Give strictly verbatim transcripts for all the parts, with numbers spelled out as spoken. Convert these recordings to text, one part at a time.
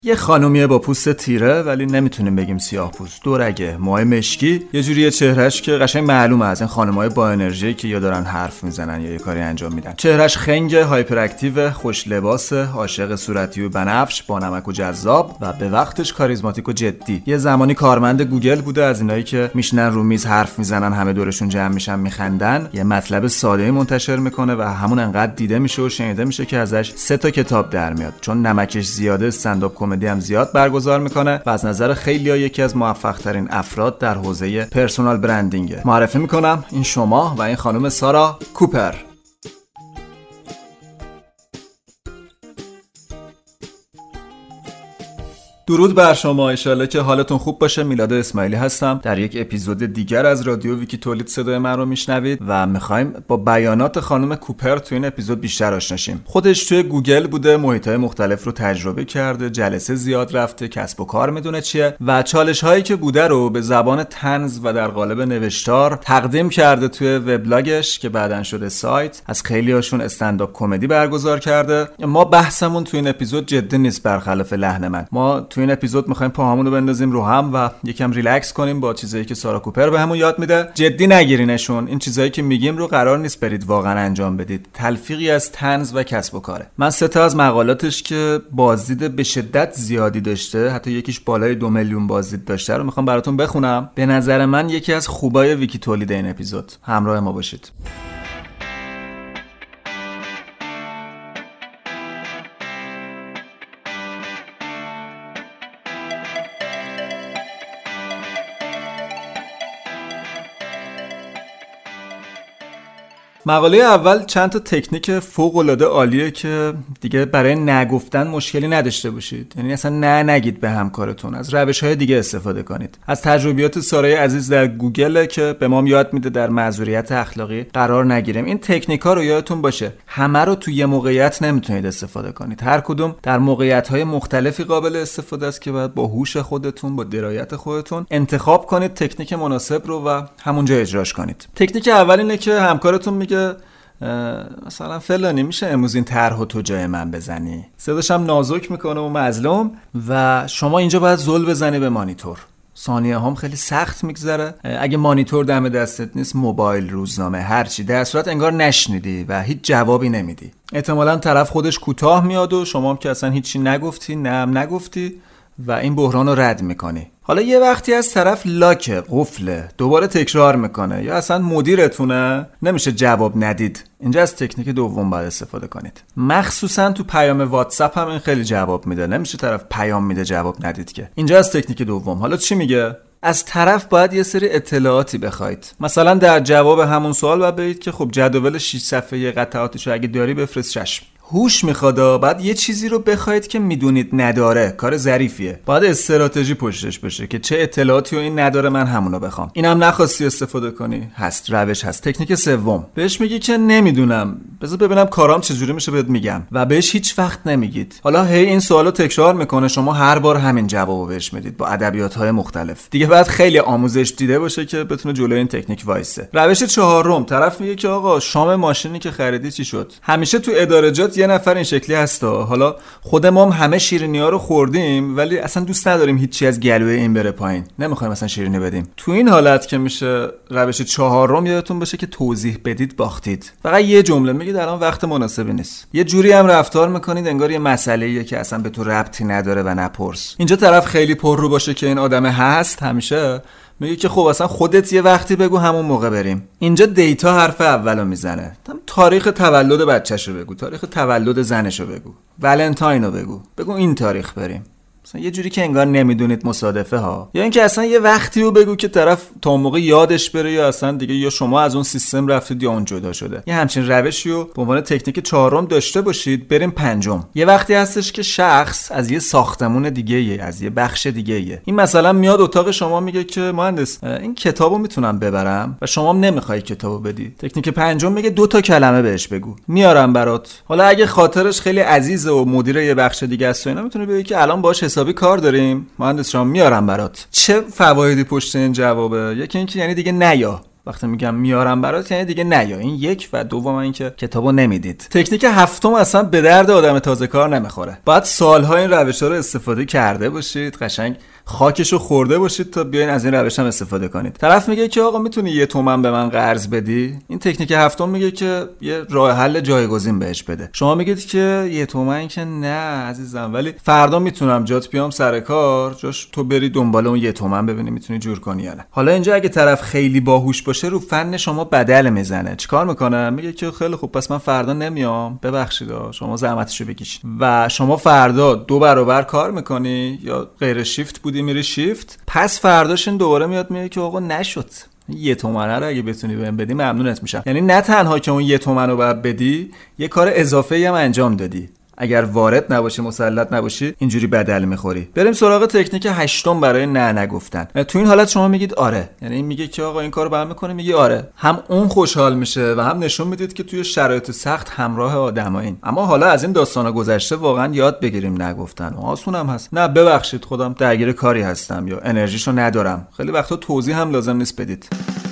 یه خانومیه با پوست تیره ولی نمیتونیم بگیم سیاه پوست، دورگه، موهای مشکی، یه جوریه چهرهش که قشنگ معلومه از این خانم‌های با انرژی که یا دارن حرف میزنن یا یه کاری انجام میدن. چهرهش خنگ، هایپر اکتیو، خوش لباسه، عاشق صورتی و بنفش، با نمک و جذاب و به وقتش کاریزماتیک و جدی. یه زمانی کارمند گوگل بوده، از اینایی که میشنن رو میز حرف میزنن، همه دورشون جمع میشن میخندن. یه مطلب ساده‌ای منتشر میکنه و همون انقدر دیده میشه و شنیده میشه که ازش سه تا کتاب در میاد. چون نمکش زیاده، استندآپ کمدی هم زیاد برگزار میکنه و از نظر خیلی‌ها یکی از موفق ترین افراد در حوزه پرسونال برندینگه. معرفی میکنم، این شما و این خانم سارا کوپر. درود بر شما، انشالله که حالتون خوب باشه. میلاد اسماعیلی هستم. در یک اپیزود دیگر از رادیو ویکی تولید صدای من رو میشنوید و میخوایم با بیانات خانم کوپر تو این اپیزود بیشتر آشنا شیم. خودش توی گوگل بوده، محیط‌های مختلف رو تجربه کرده، جلسه زیاد رفته، کسب و کار میدونه چیه و چالش‌هایی که بوده رو به زبان طنز و در قالب نوشتار تقدیم کرده توی وبلاگش که بعداً شده سایت. از خیلی‌هاشون استندآپ کمدی برگزار کرده. ما بحثمون تو این اپیزود جدی نیست، برخلاف لحن من. ما تو این اپیزود می‌خوایم پاهامون رو بندازیم رو هم و یکم ریلکس کنیم با چیزایی که سارا کوپر بهمون یاد میده. جدی نگیرینشون. این چیزایی که میگیم رو قرار نیست برید واقعا انجام بدید. تلفیقی از طنز و کسب و کاره. من سه تا از مقالاتش که بازدید به شدت زیادی داشته، حتی یکیش بالای دو میلیون بازدید داشته، رو میخوام براتون بخونم. به نظر من یکی از خوبای ویکی تولید این اپیزود. همراه ما باشید. مقاله اول چند تا تکنیک فوق‌العاده عالیه که دیگه برای نگفتن مشکلی نداشته باشید. یعنی اصلا نه نگید به همکارتون، از روش‌های دیگه استفاده کنید. از تجربیات سارای عزیز در گوگل که به ما یاد میده در معذوریت اخلاقی قرار نگیریم. این تکنیک‌ها رو یادتون باشه، همه رو توی یه موقعیت نمیتونید استفاده کنید. هر کدوم در موقعیت‌های مختلفی قابل استفاده است که باید با هوش خودتون، با درایت خودتون انتخاب کنید تکنیک مناسب رو و همونجا اجراش کنید. تکنیک اول اینه که همکارتون میگه مثلا فلانی میشه امروز این طرحو تو جای من بزنی. صداش هم نازک میکنه و مظلوم و شما اینجا باید زل بزنی به مانیتور. ثانیه هم خیلی سخت میگذره. اگه مانیتور دم دستت نیست، موبایل، روزنامه، هر چی، در صورت انگار نشنیدی و هیچ جوابی نمیدی. احتمالاً طرف خودش کوتاه میاد و شما هم که اصلا هیچی نگفتی، نه نگفتی و این بحران رو رد میکنی. حالا یه وقتی از طرف لاکه، قفله، دوباره تکرار میکنه یا اصلا مدیرتونه، نمیشه جواب ندید. اینجا از تکنیک دوم باید استفاده کنید. مخصوصا تو پیام واتساپ هم این خیلی جواب میده. نمیشه طرف پیام میده جواب ندید که. اینجا از تکنیک دوم. حالا چی میگه؟ از طرف باید یه سری اطلاعاتی بخواید. مثلا در جواب همون سوال باید بگید که خب جدول شش صفحه‌ای قطعاتشو اگه داری بفرست. چشم. هوش میخواد. بعد یه چیزی رو بخواید که میدونید نداره. کار ظریفیه. باید استراتژی پشتش بشه که چه اطلاعاتی و این نداره، من همونو بخوام. اینم نخواستی استفاده کنی، هست، روش هست. تکنیک سوم، بهش میگی که نمیدونم، بذار ببینم کارام چجوری میشه بهت میگم و بهش هیچ وقت نمیگید. حالا هی این سوالو تکرار میکنه، شما هر بار همین جوابو بهش میدید با ادبیات‌های مختلف. دیگه بعد خیلی آموزش دیده باشه که بتونه جلوی این تکنیک وایسه. روش چهارم، طرف میگه که آقا شام ماشینی که خریدی چی شد؟ همیشه تو ادارجات یه نفر این شکلی هستا. حالا خود ما هم همه شیرینی‌ها رو خوردیم ولی اصلا دوست نداریم هیچی از گلوی این بره پایین، نمیخوایم اصلا شیرینی بدیم. تو این حالت که میشه روش چهارم، یادتون باشه که توضیح بدید باختید. فقط یه جمله میگید الان وقت مناسبی نیست. یه جوری هم رفتار میکنید انگار یه مسئله‌ایه که اصلا به تو ربطی نداره و نپرس. اینجا طرف خیلی پررو باشه که این آدم هست، همیشه میگه که خب اصلا خودت یه وقتی بگو همون موقع بریم. اینجا دیتا حرف اولو میزنه. تاریخ تولد بچه‌شو بگو، تاریخ تولد زنشو بگو، ولنتاینو بگو، بگو این تاریخ بریم. مثلا یه جوری که انگار نمیدونید مصادفه ها. یا اینکه اصلا یه وقتی رو بگو که طرف تا موقع یادش بره یا اصلا دیگه یا شما از اون سیستم رفتید یا اون جدا شده. یه همچین روشی رو به عنوان تکنیک چهارم داشته باشید. بریم پنجم. یه وقتی هستش که شخص از یه ساختمون دیگه‌ایه، از یه بخش دیگه‌ایه. این مثلا میاد اتاق شما میگه که مهندس این کتابو میتونم ببرم و شما هم نمیخوای کتابو بدی. تکنیک پنجم میگه دو تا کلمه بهش بگو، میارم برات. حالا اگه خاطرش خیلی عزیزه و مدیر یه بخش دیگه است و اینا، میتونه بگه که الان باهاش حسابی کار داریم، مهندس شما میارم برات. چه فوایدی پشت این جوابه؟ یکی اینکه یعنی دیگه نیا و وقتی میگم میارم برات یعنی دیگه نیا. این یک و دوم اینکه کتابو نمیدید. تکنیک هفتم اصلا به درد آدم تازه کار نمیخوره. باید سالها این روشا رو استفاده کرده باشید، قشنگ خاکشو خورده باشید تا بیاین از این روش هم استفاده کنید. طرف میگه که آقا میتونی یه تومن به من قرض بدی؟ این تکنیک هفتم میگه که یه راه حل جایگزین بهش بده. شما میگید که یه تومن که نه عزیزم، ولی فردا میتونم جات بیام سر کار، جاش تو بری دنبال اون یه تومن ببینی میتونی جور کنی یا نه. حالا اینجا اگه طرف خیلی باهوش باشه رو فن شما بدل میزنه. چیکار میکنه؟ میگه که خیلی خوب پس من فردا نمیام، ببخشید شما زحمتشو بکشید. و شما فردا دو برابر کار میکنی یا غیر شیفت بودی میری شیفت، پس فرداش این دوباره میاد میگه که آقا نشد، یه تومنه رو اگه بتونی بهم بدی ممنونت میشم. یعنی نه تنها که اون یه تومن رو باید بدی، یه کار اضافه‌ای هم انجام دادی. اگر وارد نباشی، مسلط نباشی، اینجوری بدل میخوری. بریم سراغ تکنیک هشتم برای نه نگفتن. تو این حالت شما میگید آره، یعنی این میگه که آقا این کارو برام میکنه، میگی آره، هم اون خوشحال میشه و هم نشون میدید که توی شرایط سخت همراه آدمایین. اما حالا از این داستانا گذشته واقعا یاد بگیریم نگفتن. آسونم هست، نه ببخشید خودم درگیر کاری هستم یا انرژیشو ندارم. خیلی وقتا توضیح هم لازم نیست بدید.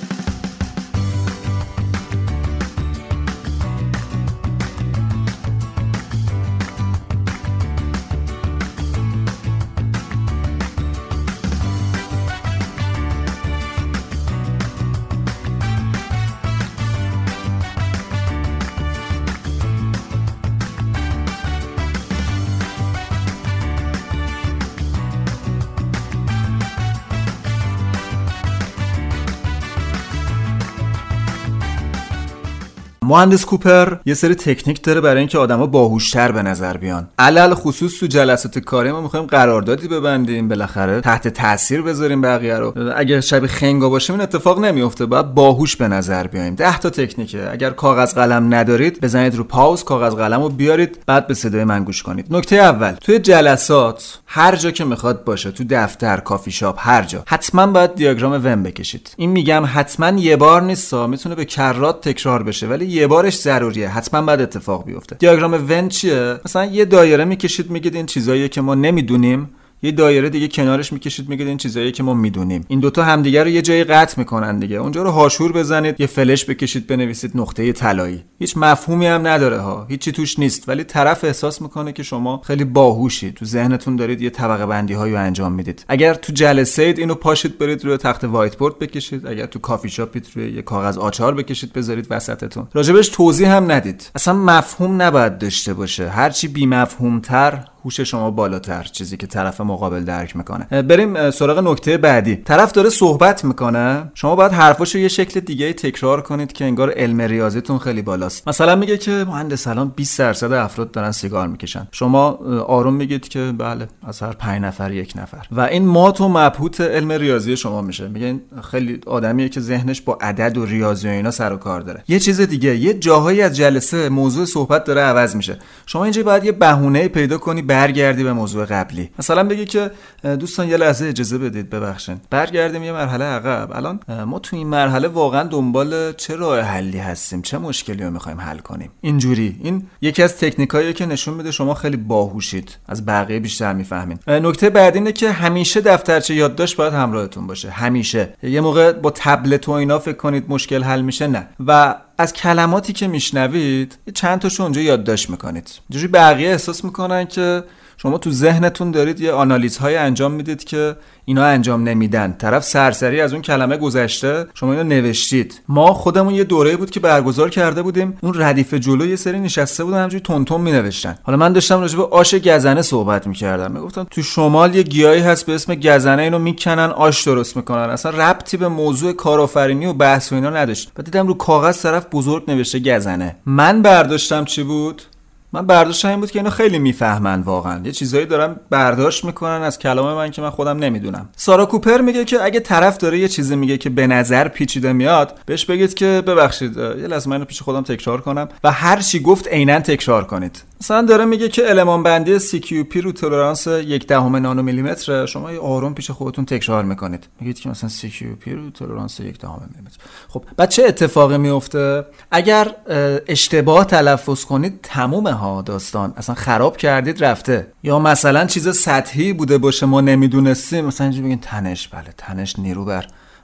مهندس کوپر یه سری تکنیک داره برای اینکه آدما باهوشتر به نظر بیان. علل خصوص تو جلسات کاری ما میخوایم قراردادی ببندیم، بالاخره تحت تاثیر بذاریم بقیه رو. اگه شب خنگا باشیم این اتفاق نمیفته، باید باهوش به نظر بیایم. ده تا تکنیکه. اگر کاغذ قلم ندارید بزنید رو پاوز، کاغذ قلمو بیارید، بعد به صدای من گوش کنید. نکته اول، توی جلسات هر جا که میخواد باشه، تو دفتر، کافی شاپ، هر جا، حتما باید دیاگرام ون بکشید. این میگم حتما یه بار نیستا، میتونه به کرات تکرار بشه، ولی یه بارش ضروریه، حتما بعد اتفاق بیفته. دیاگرام ون چیه؟ مثلا یه دایره میکشید میگید این چیزاییه که ما نمیدونیم، یه دایره دیگه کنارش میکشید میگید این چیزایی که ما میدونیم. این دوتا همدیگه رو یه جایی قطع میکنن دیگه. اونجا رو هاشور بزنید، یه فلش بکشید بنویسید نقطه طلایی. هیچ مفهومی هم نداره ها، هیچی توش نیست، ولی طرف احساس میکنه که شما خیلی باهوشید، تو ذهنتون دارید یه طبقه بندی هایی رو انجام میدید. اگر تو جلسه اید اینو پاشید برید روی تخت وایت بورد بکشید، اگر تو کافی شاپید روی یه کاغذ آچار بکشید بذارید وسطتون. راجبش توضیح هم ندید. اصلا مفهوم نباید داشته باشه. هرچی بی مفهوم‌تر هوش شما بالاتر، چیزی که طرف مقابل درک میکنه. بریم سراغ نکته بعدی. طرف داره صحبت میکنه، شما باید حرفاشو یه شکل دیگه تکرار کنید که انگار علم ریاضیتون خیلی بالاست. مثلا میگه که مهندس الان بیست درصد افراد دارن سیگار میکشن. شما آروم میگید که بله، از هر پنج نفر یک نفر. و این مات و مبهوت علم ریاضی شما میشه. میگه خیلی آدمیه که ذهنش با عدد و ریاضی و اینا سر و کار داره. یه چیز دیگه، یه جاهایی از جلسه موضوع صحبت داره عوض میشه. شما اینجا باید یه بهونه پیدا کنی برگردی به موضوع قبلی. مثلا بگی که دوستان یه لحظه اجازه بدید، ببخشید برگردیم یه مرحله عقب. الان ما تو این مرحله واقعا دنبال چه راه حلی هستیم، چه مشکلی رو میخوایم حل کنیم. اینجوری. این یکی از تکنیکاییه که نشون میده شما خیلی باهوشید، از بقیه بیشتر میفهمین. نکته بعدی اینه که همیشه دفترچه یادداشت باید همراهتون باشه. همیشه. یه موقع با تبلت و اینا فکر کنید مشکل حل میشه، نه. و از کلماتی که میشنوید چند تاشو اونجا یادداشت میکنید. اینجوری بقیه احساس میکنن که شما تو ذهنتون دارید یه آنالیزهای انجام میدید که اینا انجام نمیدن. طرف سرسری از اون کلمه گذشته، شما اینو نوشتید. ما خودمون یه دوره بود که برگزار کرده بودیم، اون ردیف جلو یه سری نشسته بودن همونجوری تون تون مینوشتن. حالا من داشتم راجع به آش گزنه صحبت میکردم، میگفتم تو شمال یه گیاهی هست به اسم گزنه، اینو میکنن آش درست میکنن، اصلا ربطی به موضوع کارآفرینی و بحث و اینا نداشت. بعد دیدم رو کاغذ طرف بزرگ نوشته گزنه. من برداشتم چی بود؟ من برداشتم این بود که اینا خیلی میفهمن، واقعا یه چیزایی دارن برداشت میکنن از کلام من که من خودم نمیدونم. سارا کوپر میگه که اگه طرف داره یه چیزی میگه که به نظر پیچیده میاد، بهش بگید که ببخشید یه لحظه منو پیش خودم تکرار کنم و هر چی گفت عیناً تکرار کنید. مثلا داره میگه که المان بندی سی کیو پی رو تولرانس یک دهم نانو میلیمتر، شما یه آروم پیش خودتون تکرار میکنید، میگید که مثلا سی کیو پی رو تولرانس یک دهم میلیمتر. خب بعد چه اتفاقی میفته؟ اگر اشتباه تلفظ کنید تمومه ها، داستان اصلا خراب کردید رفته. یا مثلا چیز سطحی بوده باشه ما نمیدونستیم، مثلا اینجوری بگین تنش، بله تنش نیرو بر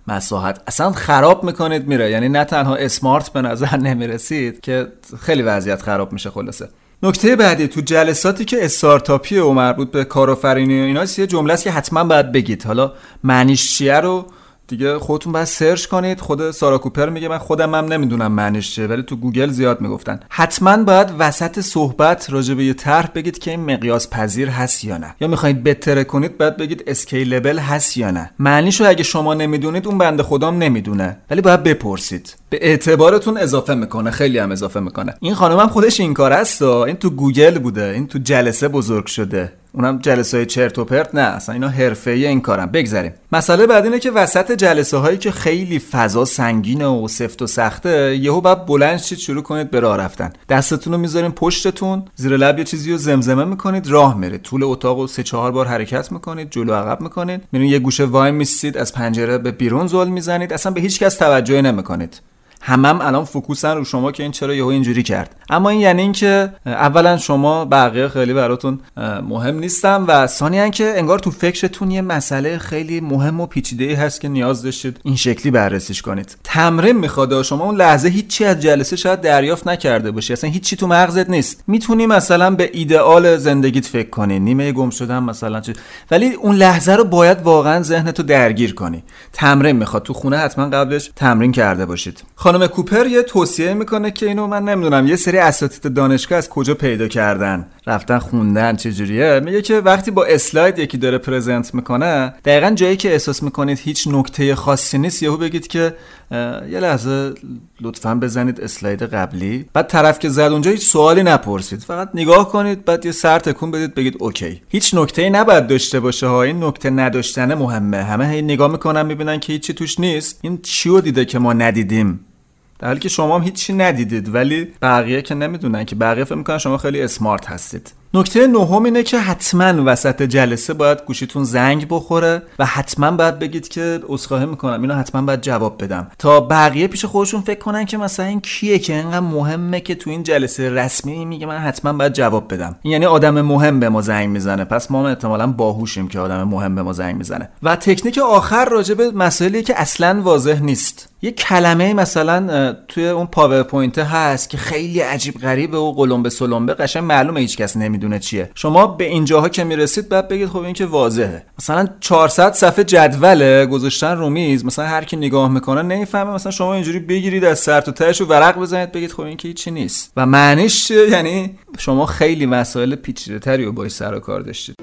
مساحت اصلا خراب میکنید میره. یعنی نه تنها اسمارت به نظر نمیرسید که خیلی وضعیت خراب میشه. خلاصه نکته بعدی تو جلساتی که استارتاپی و مربوط به کارآفرینی و ایناست یه جمله است که حتما باید بگید. حالا معنیش چیه رو دیگه خودتون باید سرچ کنید. خود سارا کوپر میگه من خودم هم نمیدونم معنیش چیه، ولی تو گوگل زیاد میگفتن. حتما باید وسط صحبت راجع به یه طرح بگید که این مقیاس پذیر هست یا نه، یا میخواید بهتر کنید باید بگید اسکیلبل هست یا نه. معنیشو اگه شما نمیدونید اون بنده خدام نمیدونه، ولی باید بپرسید. به اعتبارتون اضافه میکنه، خیلی هم اضافه میکنه. این خانم هم خودش این کار است، این تو گوگل بوده، این تو جلسه بزرگ شده، اونم جلسه‌های چرت و پرت نه، اصلا اینا حرفه‌ای این کارن. بگذریم. مسئله بعد اینه که وسط جلسه هایی که خیلی فضا سنگینه و سفت و سخته، یهو بعد بلند شید شروع کنید به راه رفتن. دستتون رو میذارین پشتتون، زیر لب یه چیزی رو زمزمه میکنید، راه میرید. طول اتاقو سه چهار بار حرکت میکنید، جلو عقب میکنید، میرین یه گوشه وای میسید، از پنجره به بیرون زل میزنید، اصلا به هیچ کس توجه نمیکنید. همم هم الان فوکوسن رو شما که این چرا یهو اینجوری کرد. اما این یعنی این که اولا شما بقیه خیلی براتون مهم نیستن و ثانیاً که انگار تو فکرتون یه مسئله خیلی مهم و پیچیده‌ای هست که نیاز داشتید این شکلی بررسیش کنید. تمرین میخواد. شما اون لحظه هیچی از جلسه شاید دریافت نکرده باشی، اصلا هیچی تو مغزت نیست. میتونی مثلا به ایدئال زندگیت فکر کنی، نیمه گم شدن مثلا چه، ولی اون لحظه رو باید واقعا ذهنتو درگیر کنی. تمرین میخواد. تو خونه حتما قبلش تمرین کرده باشید. خانم کوپر یه توصیه میکنه که اینو من نمیدونم یه سری اساتید دانشگاه از کجا پیدا کردن، رفتن خوندن چجوریه. میگه که وقتی با اسلاید یکی داره پرزنت میکنه، دقیقاً جایی که احساس میکنید هیچ نکته خاصی نیست، یهو بگید که یه لحظه لطفاً بزنید اسلاید قبلی. بعد طرف که زد اونجا هیچ سوالی نپرسید، فقط نگاه کنید، بعد یه سر تکون بدید، بگید اوکی. هیچ نکته‌ای نباید داشته باشه ها. این نکته نداشتن مهمه. همه هی نگاه میکنن میبینن که هیچی توش نیست. این چیو دیده که ما ندیدیم، در حالی که شما هم هیچی ندیدید، ولی بقیه که نمیدونن که بقیه فکر میکنن شما خیلی اسمارت هستید. نکته نهم اینه که حتما وسط جلسه باید گوشیتون زنگ بخوره و حتما باید بگید که عذرخواهی میکنم، اینو حتما باید جواب بدم، تا بقیه پیش خودشون فکر کنن که مثلا این کیه که اینقدر مهمه که تو این جلسه رسمی میگه من حتما باید جواب بدم. این یعنی آدم مهم به ما زنگ میزنه، پس ما احتمالاً باهوشیم که آدم مهم به ما زنگ میزنه. و تکنیک آخر راجع به مسائلی که اصلا واضح نیست. یه کلمه مثلا توی اون پاورپوینت هست که خیلی عجیب غریبه و قلمبه سلمبه، قشنگ معلومه هیچ کس نمیدونه چیه. شما به اینجاها که میرسید بعد بگید خب این که واضحه. مثلا چهارصد صفحه جدوله گذاشتن رو میز، مثلا هر کی نگاه میکنه نمیفهمه، مثلا شما اینجوری بگیرید از سر تا تهش رو ورق بزنید بگید خب این که هیچی نیست. و معنیش یعنی شما خیلی مسائل پیچیده‌تری رو باهاش سر و کار داشتید.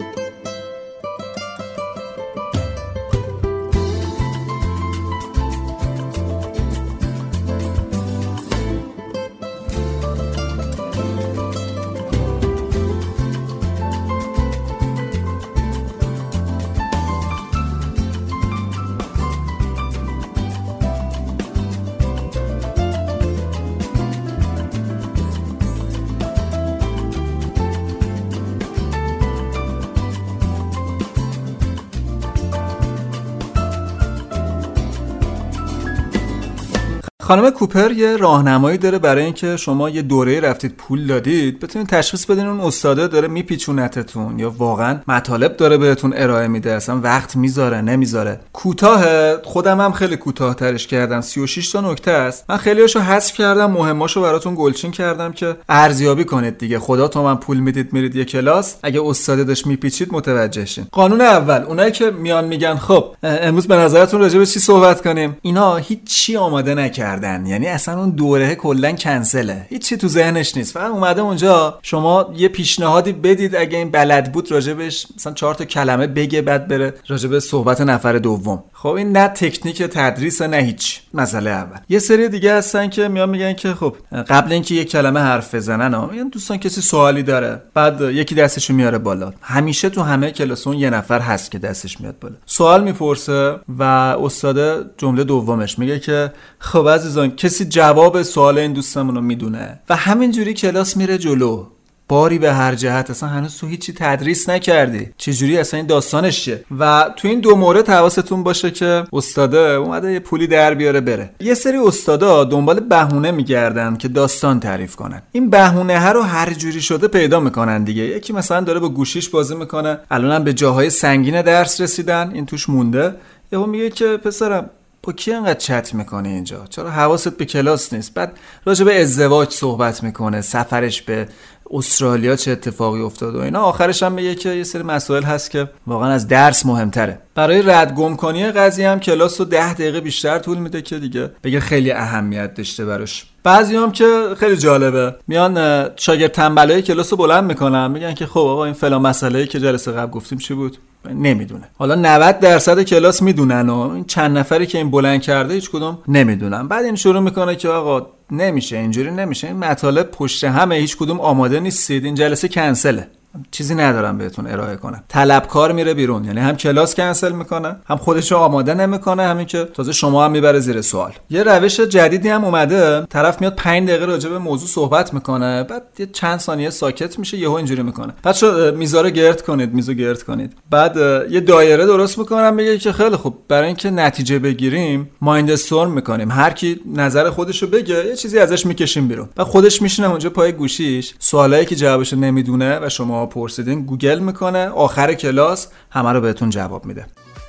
خانم کوپر یه راهنمایی داره برای اینکه شما یه دوره رفتید پول دادید بتونید تشخیص بدین اون استاده داره میپیچونتتون یا واقعا مطالب داره بهتون ارائه میده، اصلا وقت میذاره نمیذاره. کوتاه، خودم هم خیلی کوتاه ترش کردم، سی و شش تا نکته است. من خیلیاشو حذف کردم، مهماشو براتون گلچین کردم که ارزیابی کنید دیگه. خدا تو من پول میدید میرید یه کلاس، اگه استاده داش میپیچید متوجه شین. قانون اول، اونایی که میان میگن خب امروز به نظرتون راجع به چی صحبت کنیم، اینا هیچ چی آماده نکردن، یعنی اصلا اون دوره کلا کنسله، هیچ چی تو ذهنش نیست، فقط اومده اونجا شما یه پیشنهادی بدید، اگه این بلد بود راجبش مثلا چهار تا کلمه بگه بعد بره راجب صحبت نفر دوم. خب این نه تکنیک تدریس نه هیچ. مسئله اول. یه سری دیگه هستن که میان میگن که خب قبل اینکه یک کلمه حرف بزنن میگن دوستان کسی سوالی داره، بعد یکی دستشو میاره بالا. همیشه تو همه کلاسون یه نفر هست که دستش میاد بالا، سوال میپرسه و استاد جمله دومش میگه که خب عزیزان کسی جواب سوال این دوستمون رو میدونه و همینجوری کلاس میره جلو. باری به هر جهت، اصلا هنوز تو هیچی تدریس نکردی، چجوری اصلا این داستانش چیه؟ و تو این دو مورد حواستون باشه که استاده اومده یه پولی در بیاره بره. یه سری استادا دنبال بهونه میگردن که داستان تعریف کنن. این بهونه ها رو هر جوری شده پیدا میکنن دیگه. یکی مثلا داره با گوشیش بازی میکنه، الانم به جاهای سنگین درس رسیدن، این توش مونده، یهو میگه که پسرم با کی انقدر چت میکنه اینجا؟ چرا حواست به کلاس نیست؟ بعد راجع به ازدواج صحبت میکنه، سفرش به استرالیا چه اتفاقی افتاد و اینا. آخرش هم میگه که یه سری مسائل هست که واقعا از درس مهمتره. برای رد گم کنی قضیه هم کلاس رو ده دقیقه بیشتر طول میده که دیگه بگه خیلی اهمیت داشته براش. بعضی هم که خیلی جالبه میان شاگرد تنبلای کلاس رو بلند میکنن، میگن که خب آقا این فلان مسئله‌ای که جلسه قبل گفتیم چی بود؟ نمیدونه. حالا نود درصد کلاس میدونن و این چند نفری که این بلند کرده هیچ کدوم نمیدونن. بعد این شروع میکنه که آقا نمیشه، اینجوری نمیشه، این مطالب پشت همه، هیچ کدوم آماده نیستید، این جلسه کنسله، چیزی ندارم بهتون ارائه کنم. طلبکار میره بیرون، یعنی هم کلاس کنسل میکنه، هم خودشو آماده نمیکنه، همین که تازه شما هم میبره زیر سوال. یه روش جدیدی هم اومده، طرف میاد پنج دقیقه راجع به موضوع صحبت میکنه، بعد یه چند ثانیه ساکت میشه، یهو اینجوری میکنه بچا میزا رو گرد کنید، میزو گرد کنید. بعد یه دایره درست میکنم، میگه که خیلی خوب، برای اینکه نتیجه بگیریم مایند استورم میکنیم، هر کی نظر خودشو بگه، یه چیزی ازش میکشیم بیرون. بعد خودش میشینه اونجا پای گوشیش، سوالایی که جوابشو نمیدونه و شما پرسیدین گوگل میکنه، آخر کلاس همه رو بهتون جواب میده.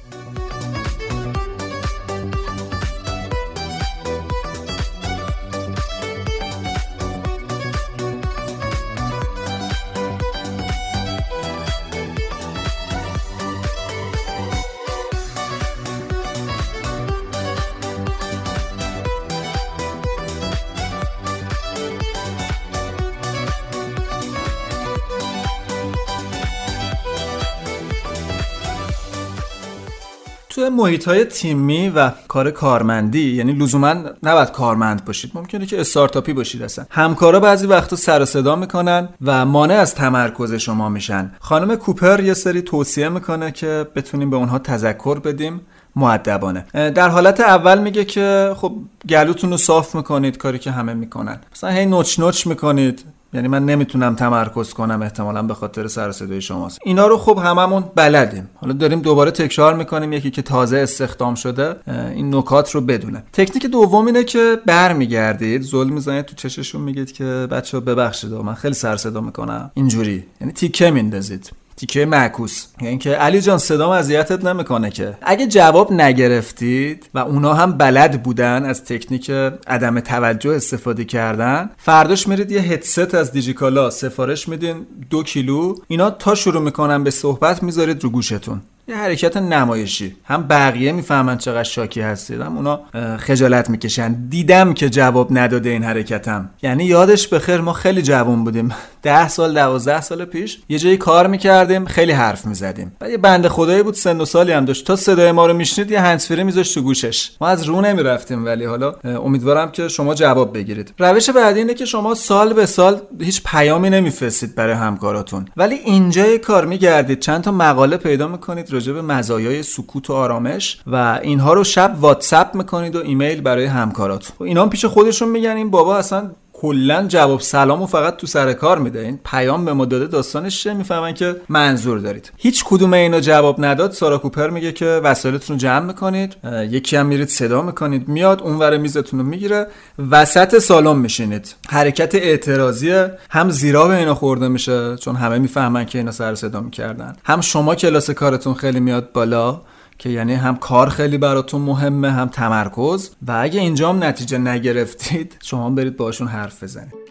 توی محیط‌های تیمی و کار کارمندی، یعنی لزوما نباید کارمند باشید، ممکنه که استارتاپی باشید، اصلا همکارا بعضی وقتا سر و صدا میکنن و مانع از تمرکز شما میشن. خانم کوپر یه سری توصیه میکنه که بتونیم به اونها تذکر بدیم مؤدبانه. در حالت اول میگه که خب گلوتون رو صاف میکنید، کاری که همه میکنن، مثلا هی نوچ نوچ میکنید، یعنی من نمیتونم تمرکز کنم، احتمالاً به خاطر سر و صدای شماست. اینا رو خب هممون بلدیم، حالا داریم دوباره تکرار میکنیم، یکی که تازه استخدام شده این نکات رو بدونه. تکنیک دوم اینه که برمیگردید، زل میزنید تو چششون، میگید که بچه‌ها ببخشید من خیلی سر صدا میکنم، اینجوری، یعنی تیکه میندازید، تیکه معکوس، یعنی که علی جان صدام اذیتت نمیکنه که. اگه جواب نگرفتید و اونا هم بلد بودن از تکنیک عدم توجه استفاده کردن، فرداش میرید یه هدست از دیجیکالا سفارش میدین دو کیلو، اینا تا شروع میکنن به صحبت میذارید رو گوشتون، یه حرکت نمایشی، هم بقیه میفهمن چقدر شاکی هستید، هم اونا خجالت میکشن. دیدم که جواب نداده این حرکتم، یعنی یادش بخیر ما خیلی جوان بودیم، ده سال دوازده سال پیش یه جایی کار میکردیم، خیلی حرف میزدیم، بعد یه بنده خدایی بود سن و سالی هم داشت، تا صدای ما رو میشنید یه هندزفری میذاشت تو گوشش، ما از رو نمیرفتیم. ولی حالا امیدوارم که شما جواب بگیرید. روش بعدی اینه که شما سال به سال هیچ پیامی نمیفرستید برای همکاراتون، ولی اینجای کار میگردید چند تا مقاله پیدا میکنید راجع به مزایای سکوت و آرامش و اینها رو شب واتساپ میکنید و ایمیل برای همکاراتون. اینا هم پیش خودشون میگن این بابا اصلا کلا جواب سلامو فقط تو سر کار میده، این پیام به ما داده داستانش چیه، میفهمن که منظور دارید. هیچ کدوم اینا جواب نداد، سارا کوپر میگه که وسایلتون رو جمع میکنید، یکی هم میرید صدا میکنید میاد اونور میزتون رو میگیره، وسط سالن میشینید، حرکت اعتراضی هم زیرا به اینا خورده میشه چون همه میفهمن که اینا سر صدا میکردن، هم شما کلاس کارتون خیلی میاد بالا که یعنی هم کار خیلی براتون مهمه، هم تمرکز. و اگه اینجا هم نتیجه نگرفتید شما برید باشون حرف بزنید.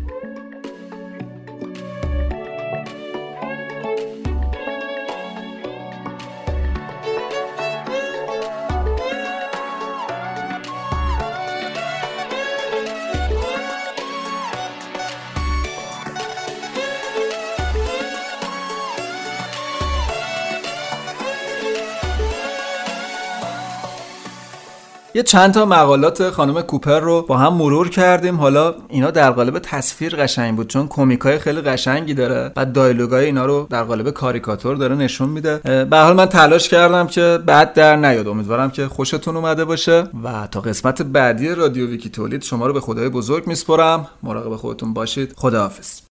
یه چند تا مقالات خانم کوپر رو با هم مرور کردیم. حالا اینا در قالب تصویر قشنگ بود چون کمیکای خیلی قشنگی داره، بعد دایلوگای اینا رو در قالب کاریکاتور داره نشون میده. به هر حال من تلاش کردم که بعد در نیاد. امیدوارم که خوشتون اومده باشه و تا قسمت بعدی رادیو ویکی تولید شما رو به خدای بزرگ میسپرم. مراقب خودتون باشید. خداحافظ.